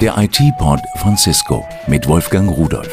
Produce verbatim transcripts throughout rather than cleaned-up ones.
Der I T-Pod von Cisco mit Wolfgang Rudolph.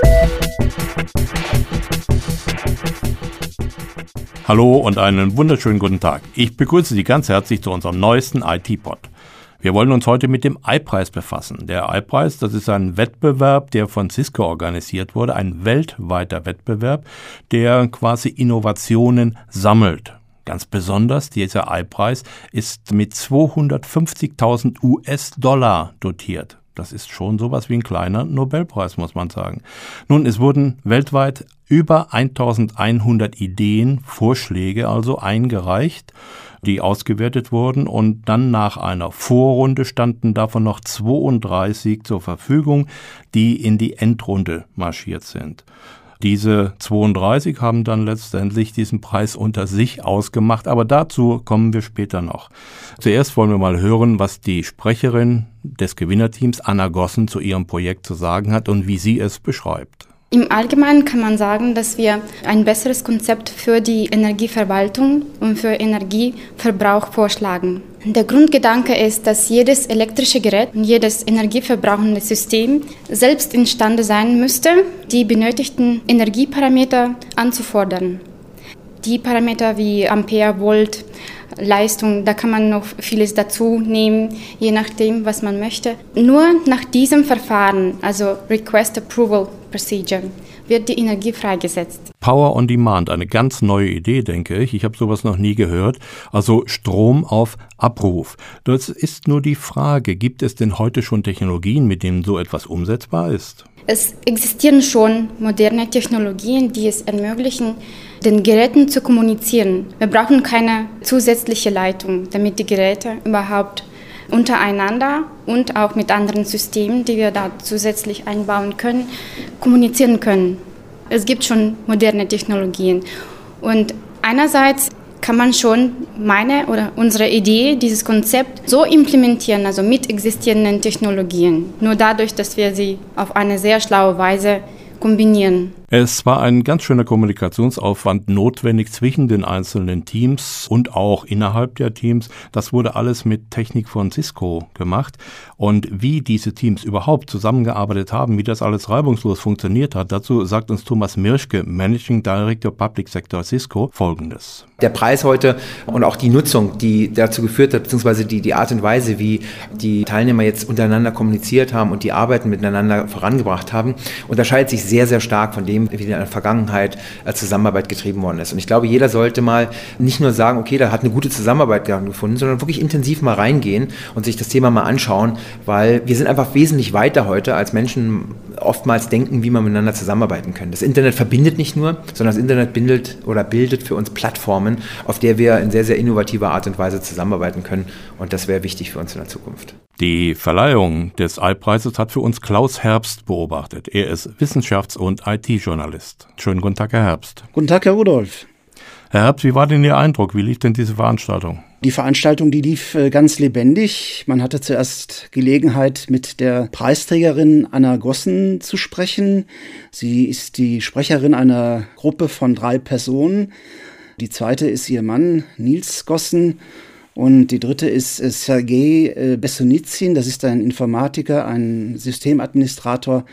Hallo und einen wunderschönen guten Tag. Ich begrüße Sie ganz herzlich zu unserem neuesten I T-Pod. Wir wollen uns heute mit dem I-Preis befassen. Der I-Preis, das ist ein Wettbewerb, der von Cisco organisiert wurde, ein weltweiter Wettbewerb, der quasi Innovationen sammelt. Ganz besonders, dieser I-Preis ist mit zweihundertfünfzigtausend US-Dollar dotiert. Das ist schon sowas wie ein kleiner Nobelpreis, muss man sagen. Nun, es wurden weltweit über eintausendeinhundert Ideen, Vorschläge also eingereicht, die ausgewertet wurden, und dann nach einer Vorrunde standen davon noch zweiunddreißig zur Verfügung, die in die Endrunde marschiert sind. Diese zweiunddreißig haben dann letztendlich diesen Preis unter sich ausgemacht, aber dazu kommen wir später noch. Zuerst wollen wir mal hören, was die Sprecherin des Gewinnerteams, Anna Gossen, zu ihrem Projekt zu sagen hat und wie sie es beschreibt. Im Allgemeinen kann man sagen, dass wir ein besseres Konzept für die Energieverwaltung und für Energieverbrauch vorschlagen. Der Grundgedanke ist, dass jedes elektrische Gerät und jedes energieverbrauchende System selbst imstande sein müsste, die benötigten Energieparameter anzufordern. Die Parameter wie Ampere, Volt, Leistung, da kann man noch vieles dazu nehmen, je nachdem, was man möchte. Nur nach diesem Verfahren, also Request Approval Procedure, wird die Energie freigesetzt. Power on Demand, eine ganz neue Idee, denke ich. Ich habe sowas noch nie gehört. Also Strom auf Abruf. Das ist nur die Frage, gibt es denn heute schon Technologien, mit denen so etwas umsetzbar ist? Es existieren schon moderne Technologien, die es ermöglichen, den Geräten zu kommunizieren. Wir brauchen keine zusätzliche Leitung, damit die Geräte überhaupt untereinander und auch mit anderen Systemen, die wir da zusätzlich einbauen können, kommunizieren können. Es gibt schon moderne Technologien. Und einerseits kann man schon meine oder unsere Idee, dieses Konzept so implementieren, also mit existierenden Technologien. Nur dadurch, dass wir sie auf eine sehr schlaue Weise kombinieren. Es war ein ganz schöner Kommunikationsaufwand notwendig zwischen den einzelnen Teams und auch innerhalb der Teams. Das wurde alles mit Technik von Cisco gemacht. Und wie diese Teams überhaupt zusammengearbeitet haben, wie das alles reibungslos funktioniert hat, dazu sagt uns Thomas Mirschke, Managing Director Public Sector Cisco, Folgendes. Der Preis heute und auch die Nutzung, die dazu geführt hat, beziehungsweise die, die Art und Weise, wie die Teilnehmer jetzt untereinander kommuniziert haben und die Arbeiten miteinander vorangebracht haben, unterscheidet sich sehr, sehr stark von dem, wie in der Vergangenheit Zusammenarbeit getrieben worden ist. Und ich glaube, jeder sollte mal nicht nur sagen, okay, da hat eine gute Zusammenarbeit gefunden, sondern wirklich intensiv mal reingehen und sich das Thema mal anschauen, weil wir sind einfach wesentlich weiter heute, als Menschen oftmals denken, wie man miteinander zusammenarbeiten kann. Das Internet verbindet nicht nur, sondern das Internet bildet oder bildet für uns Plattformen, auf der wir in sehr, sehr innovativer Art und Weise zusammenarbeiten können. Und das wäre wichtig für uns in der Zukunft. Die Verleihung des I-Preises hat für uns Klaus Herbst beobachtet. Er ist Wissenschafts- und I T-Journalist. Schönen guten Tag, Herr Herbst. Guten Tag, Herr Rudolph. Herr Herbst, wie war denn Ihr Eindruck? Wie lief denn diese Veranstaltung? Die Veranstaltung, die lief ganz lebendig. Man hatte zuerst Gelegenheit, mit der Preisträgerin Anna Gossen zu sprechen. Sie ist die Sprecherin einer Gruppe von drei Personen. Die zweite ist ihr Mann, Nils Gossen. Und die dritte ist Sergei Bessunitsin. Das ist ein Informatiker, ein Systemadministrator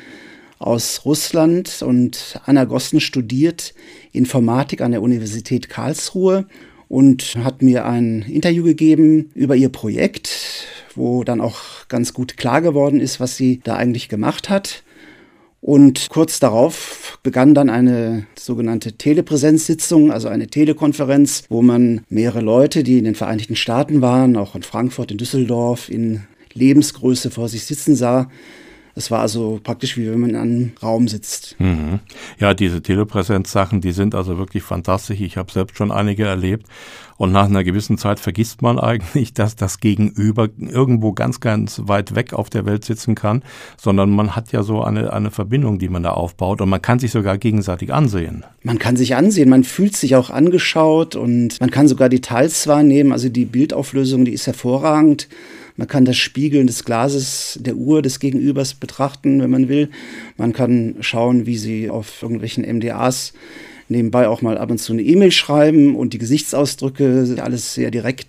aus Russland. Und Anna Gossen studiert Informatik an der Universität Karlsruhe und hat mir ein Interview gegeben über ihr Projekt, wo dann auch ganz gut klar geworden ist, was sie da eigentlich gemacht hat. Und kurz darauf begann dann eine sogenannte Telepräsenzsitzung, also eine Telekonferenz, wo man mehrere Leute, die in den Vereinigten Staaten waren, auch in Frankfurt, in Düsseldorf, in Lebensgröße vor sich sitzen sah. Es war also praktisch, wie wenn man in einem Raum sitzt. Mhm. Ja, diese Telepräsenz-Sachen, die sind also wirklich fantastisch. Ich habe selbst schon einige erlebt. Und nach einer gewissen Zeit vergisst man eigentlich, dass das Gegenüber irgendwo ganz, ganz weit weg auf der Welt sitzen kann, sondern man hat ja so eine, eine Verbindung, die man da aufbaut, und man kann sich sogar gegenseitig ansehen. Man kann sich ansehen, man fühlt sich auch angeschaut und man kann sogar Details wahrnehmen. Also die Bildauflösung, die ist hervorragend. Man kann das Spiegeln des Glases der Uhr des Gegenübers betrachten, wenn man will. Man kann schauen, wie sie auf irgendwelchen M D As nebenbei auch mal ab und zu eine E-Mail schreiben, und die Gesichtsausdrücke sind alles sehr direkt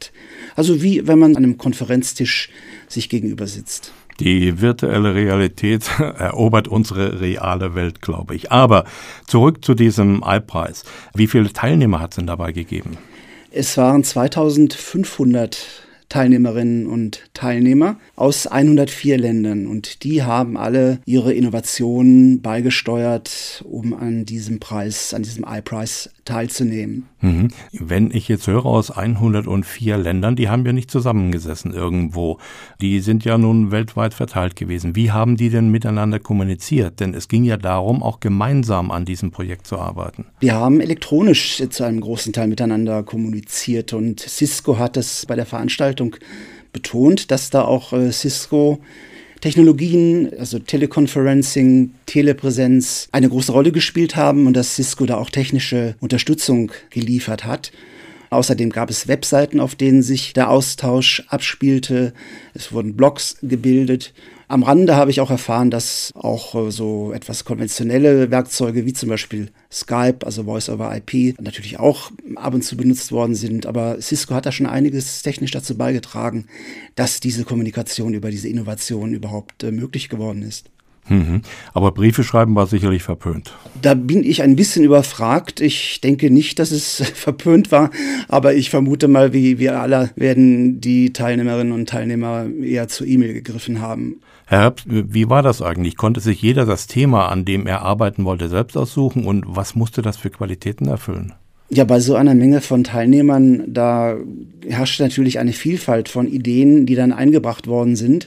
Also wie wenn man an einem Konferenztisch sich gegenüber sitzt. Die virtuelle Realität erobert unsere reale Welt, glaube ich. Aber zurück zu diesem iPrize. Wie viele Teilnehmer hat es denn dabei gegeben? Es waren zweitausendfünfhundert Teilnehmerinnen und Teilnehmer aus hundertvier Ländern und die haben alle ihre Innovationen beigesteuert, um an diesem Preis, an diesem iPrize teilzunehmen. Mhm. Wenn ich jetzt höre aus hundertvier Ländern, die haben ja nicht zusammengesessen irgendwo. Die sind ja nun weltweit verteilt gewesen. Wie haben die denn miteinander kommuniziert? Denn es ging ja darum, auch gemeinsam an diesem Projekt zu arbeiten. Die haben elektronisch zu einem großen Teil miteinander kommuniziert und Cisco hat es bei der Veranstaltung betont, dass da auch äh, Cisco Technologien, also Teleconferencing, Telepräsenz eine große Rolle gespielt haben und dass Cisco da auch technische Unterstützung geliefert hat. Außerdem gab es Webseiten, auf denen sich der Austausch abspielte. Es wurden Blogs gebildet. Am Rande habe ich auch erfahren, dass auch so etwas konventionelle Werkzeuge wie zum Beispiel Skype, also Voice over I P, natürlich auch ab und zu benutzt worden sind. Aber Cisco hat da schon einiges technisch dazu beigetragen, dass diese Kommunikation über diese Innovation überhaupt äh, möglich geworden ist. Mhm. Aber Briefe schreiben war sicherlich verpönt. Da bin ich ein bisschen überfragt. Ich denke nicht, dass es verpönt war, aber ich vermute mal, wie wir alle werden die Teilnehmerinnen und Teilnehmer eher zur E-Mail gegriffen haben. Herr Herbst, wie war das eigentlich? Konnte sich jeder das Thema, an dem er arbeiten wollte, selbst aussuchen und was musste das für Qualitäten erfüllen? Ja, bei so einer Menge von Teilnehmern, da herrscht natürlich eine Vielfalt von Ideen, die dann eingebracht worden sind.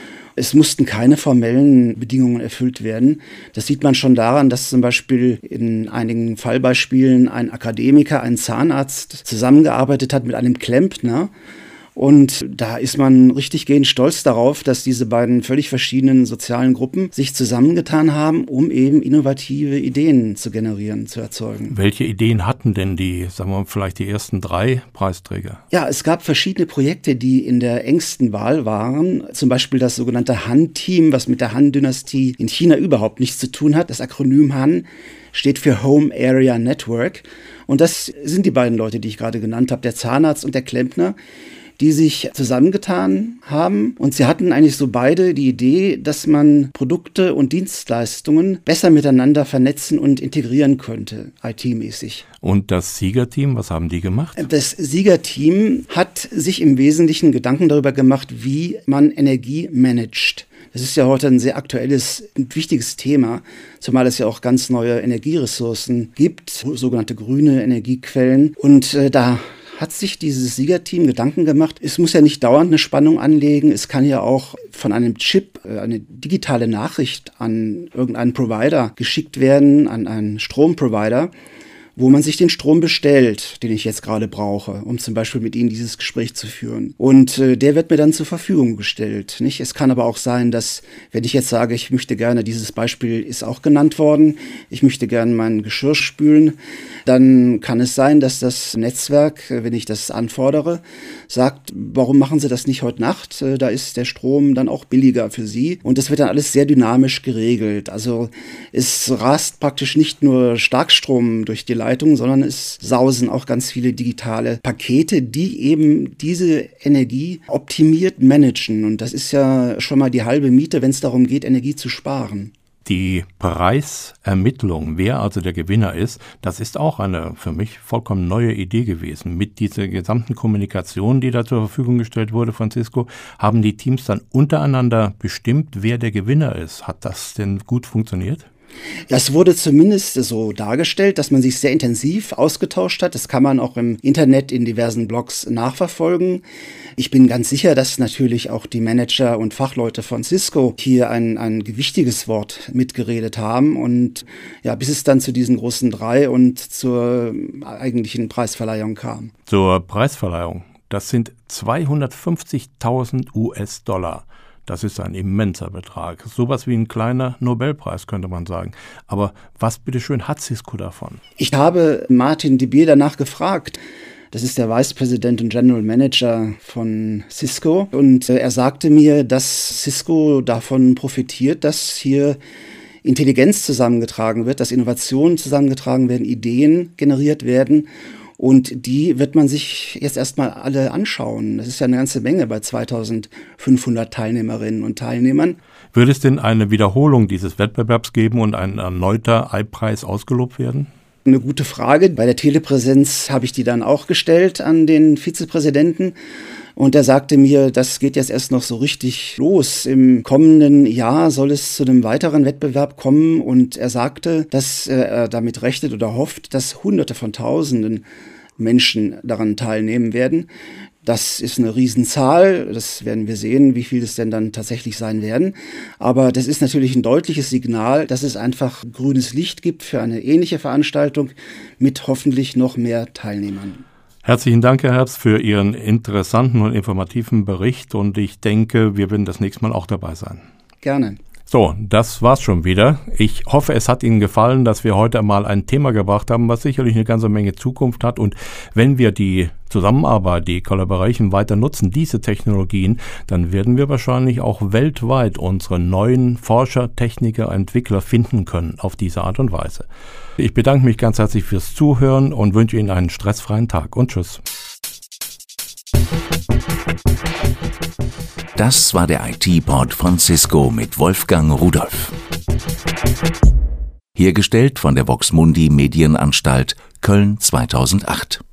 Es mussten keine formellen Bedingungen erfüllt werden. Das sieht man schon daran, dass zum Beispiel in einigen Fallbeispielen ein Akademiker, ein Zahnarzt zusammengearbeitet hat mit einem Klempner. Und da ist man richtig gehend stolz darauf, dass diese beiden völlig verschiedenen sozialen Gruppen sich zusammengetan haben, um eben innovative Ideen zu generieren, zu erzeugen. Welche Ideen hatten denn die, sagen wir mal, vielleicht die ersten drei Preisträger? Ja, es gab verschiedene Projekte, die in der engsten Wahl waren. Zum Beispiel das sogenannte Han-Team, was mit der Han-Dynastie in China überhaupt nichts zu tun hat. Das Akronym Han steht für Home Area Network. Und das sind die beiden Leute, die ich gerade genannt habe, der Zahnarzt und der Klempner, die sich zusammengetan haben. Und sie hatten eigentlich so beide die Idee, dass man Produkte und Dienstleistungen besser miteinander vernetzen und integrieren könnte, I T-mäßig. Und das Siegerteam, was haben die gemacht? Das Siegerteam hat sich im Wesentlichen Gedanken darüber gemacht, wie man Energie managt. Das ist ja heute ein sehr aktuelles und wichtiges Thema, zumal es ja auch ganz neue Energieressourcen gibt, sogenannte grüne Energiequellen. Und äh, da hat sich dieses Siegerteam Gedanken gemacht, es muss ja nicht dauernd eine Spannung anlegen, es kann ja auch von einem Chip eine digitale Nachricht an irgendeinen Provider geschickt werden, an einen Stromprovider, wo man sich den Strom bestellt, den ich jetzt gerade brauche, um zum Beispiel mit Ihnen dieses Gespräch zu führen. Und äh, der wird mir dann zur Verfügung gestellt. Nicht? Es kann aber auch sein, dass, wenn ich jetzt sage, ich möchte gerne, dieses Beispiel ist auch genannt worden, ich möchte gerne mein Geschirr spülen, dann kann es sein, dass das Netzwerk, wenn ich das anfordere, sagt, warum machen Sie das nicht heute Nacht? Da ist der Strom dann auch billiger für Sie. Und das wird dann alles sehr dynamisch geregelt. Also es rast praktisch nicht nur Starkstrom durch die Leitung, sondern es sausen auch ganz viele digitale Pakete, die eben diese Energie optimiert managen. Und das ist ja schon mal die halbe Miete, wenn es darum geht, Energie zu sparen. Die Preisermittlung, wer also der Gewinner ist, das ist auch eine für mich vollkommen neue Idee gewesen. Mit dieser gesamten Kommunikation, die da zur Verfügung gestellt wurde von Cisco, haben die Teams dann untereinander bestimmt, wer der Gewinner ist. Hat das denn gut funktioniert? Ja, es wurde zumindest so dargestellt, dass man sich sehr intensiv ausgetauscht hat. Das kann man auch im Internet in diversen Blogs nachverfolgen. Ich bin ganz sicher, dass natürlich auch die Manager und Fachleute von Cisco hier ein, ein gewichtiges Wort mitgeredet haben. Und ja, bis es dann zu diesen großen drei und zur eigentlichen Preisverleihung kam. Zur Preisverleihung. Das sind zweihundertfünfzigtausend US-Dollar. Das ist ein immenser Betrag. Sowas wie ein kleiner Nobelpreis, könnte man sagen. Aber was bitteschön hat Cisco davon? Ich habe Martin de Beer danach gefragt. Das ist der Vice President und General Manager von Cisco. Und er sagte mir, dass Cisco davon profitiert, dass hier Intelligenz zusammengetragen wird, dass Innovationen zusammengetragen werden, Ideen generiert werden. Und die wird man sich jetzt erstmal alle anschauen. Das ist ja eine ganze Menge bei zweitausendfünfhundert Teilnehmerinnen und Teilnehmern. Wird es denn eine Wiederholung dieses Wettbewerbs geben und ein erneuter iPrize ausgelobt werden? Eine gute Frage. Bei der Telepräsenz habe ich die dann auch gestellt an den Vizepräsidenten. Und er sagte mir, das geht jetzt erst noch so richtig los. Im kommenden Jahr soll es zu einem weiteren Wettbewerb kommen. Und er sagte, dass er damit rechnet oder hofft, dass Hunderte von Tausenden Menschen daran teilnehmen werden. Das ist eine Riesenzahl. Das werden wir sehen, wie viel es denn dann tatsächlich sein werden. Aber das ist natürlich ein deutliches Signal, dass es einfach grünes Licht gibt für eine ähnliche Veranstaltung mit hoffentlich noch mehr Teilnehmern. Herzlichen Dank, Herr Herbst, für Ihren interessanten und informativen Bericht und ich denke, wir werden das nächste Mal auch dabei sein. Gerne. So, das war's schon wieder. Ich hoffe, es hat Ihnen gefallen, dass wir heute mal ein Thema gebracht haben, was sicherlich eine ganze Menge Zukunft hat. Und wenn wir die Zusammenarbeit, die Collaboration weiter nutzen, diese Technologien, dann werden wir wahrscheinlich auch weltweit unsere neuen Forscher, Techniker, Entwickler finden können auf diese Art und Weise. Ich bedanke mich ganz herzlich fürs Zuhören und wünsche Ihnen einen stressfreien Tag und tschüss. Das war der I T-Pod von Cisco mit Wolfgang Rudolph. Hergestellt von der Vox Mundi Medienanstalt Köln zweitausendacht.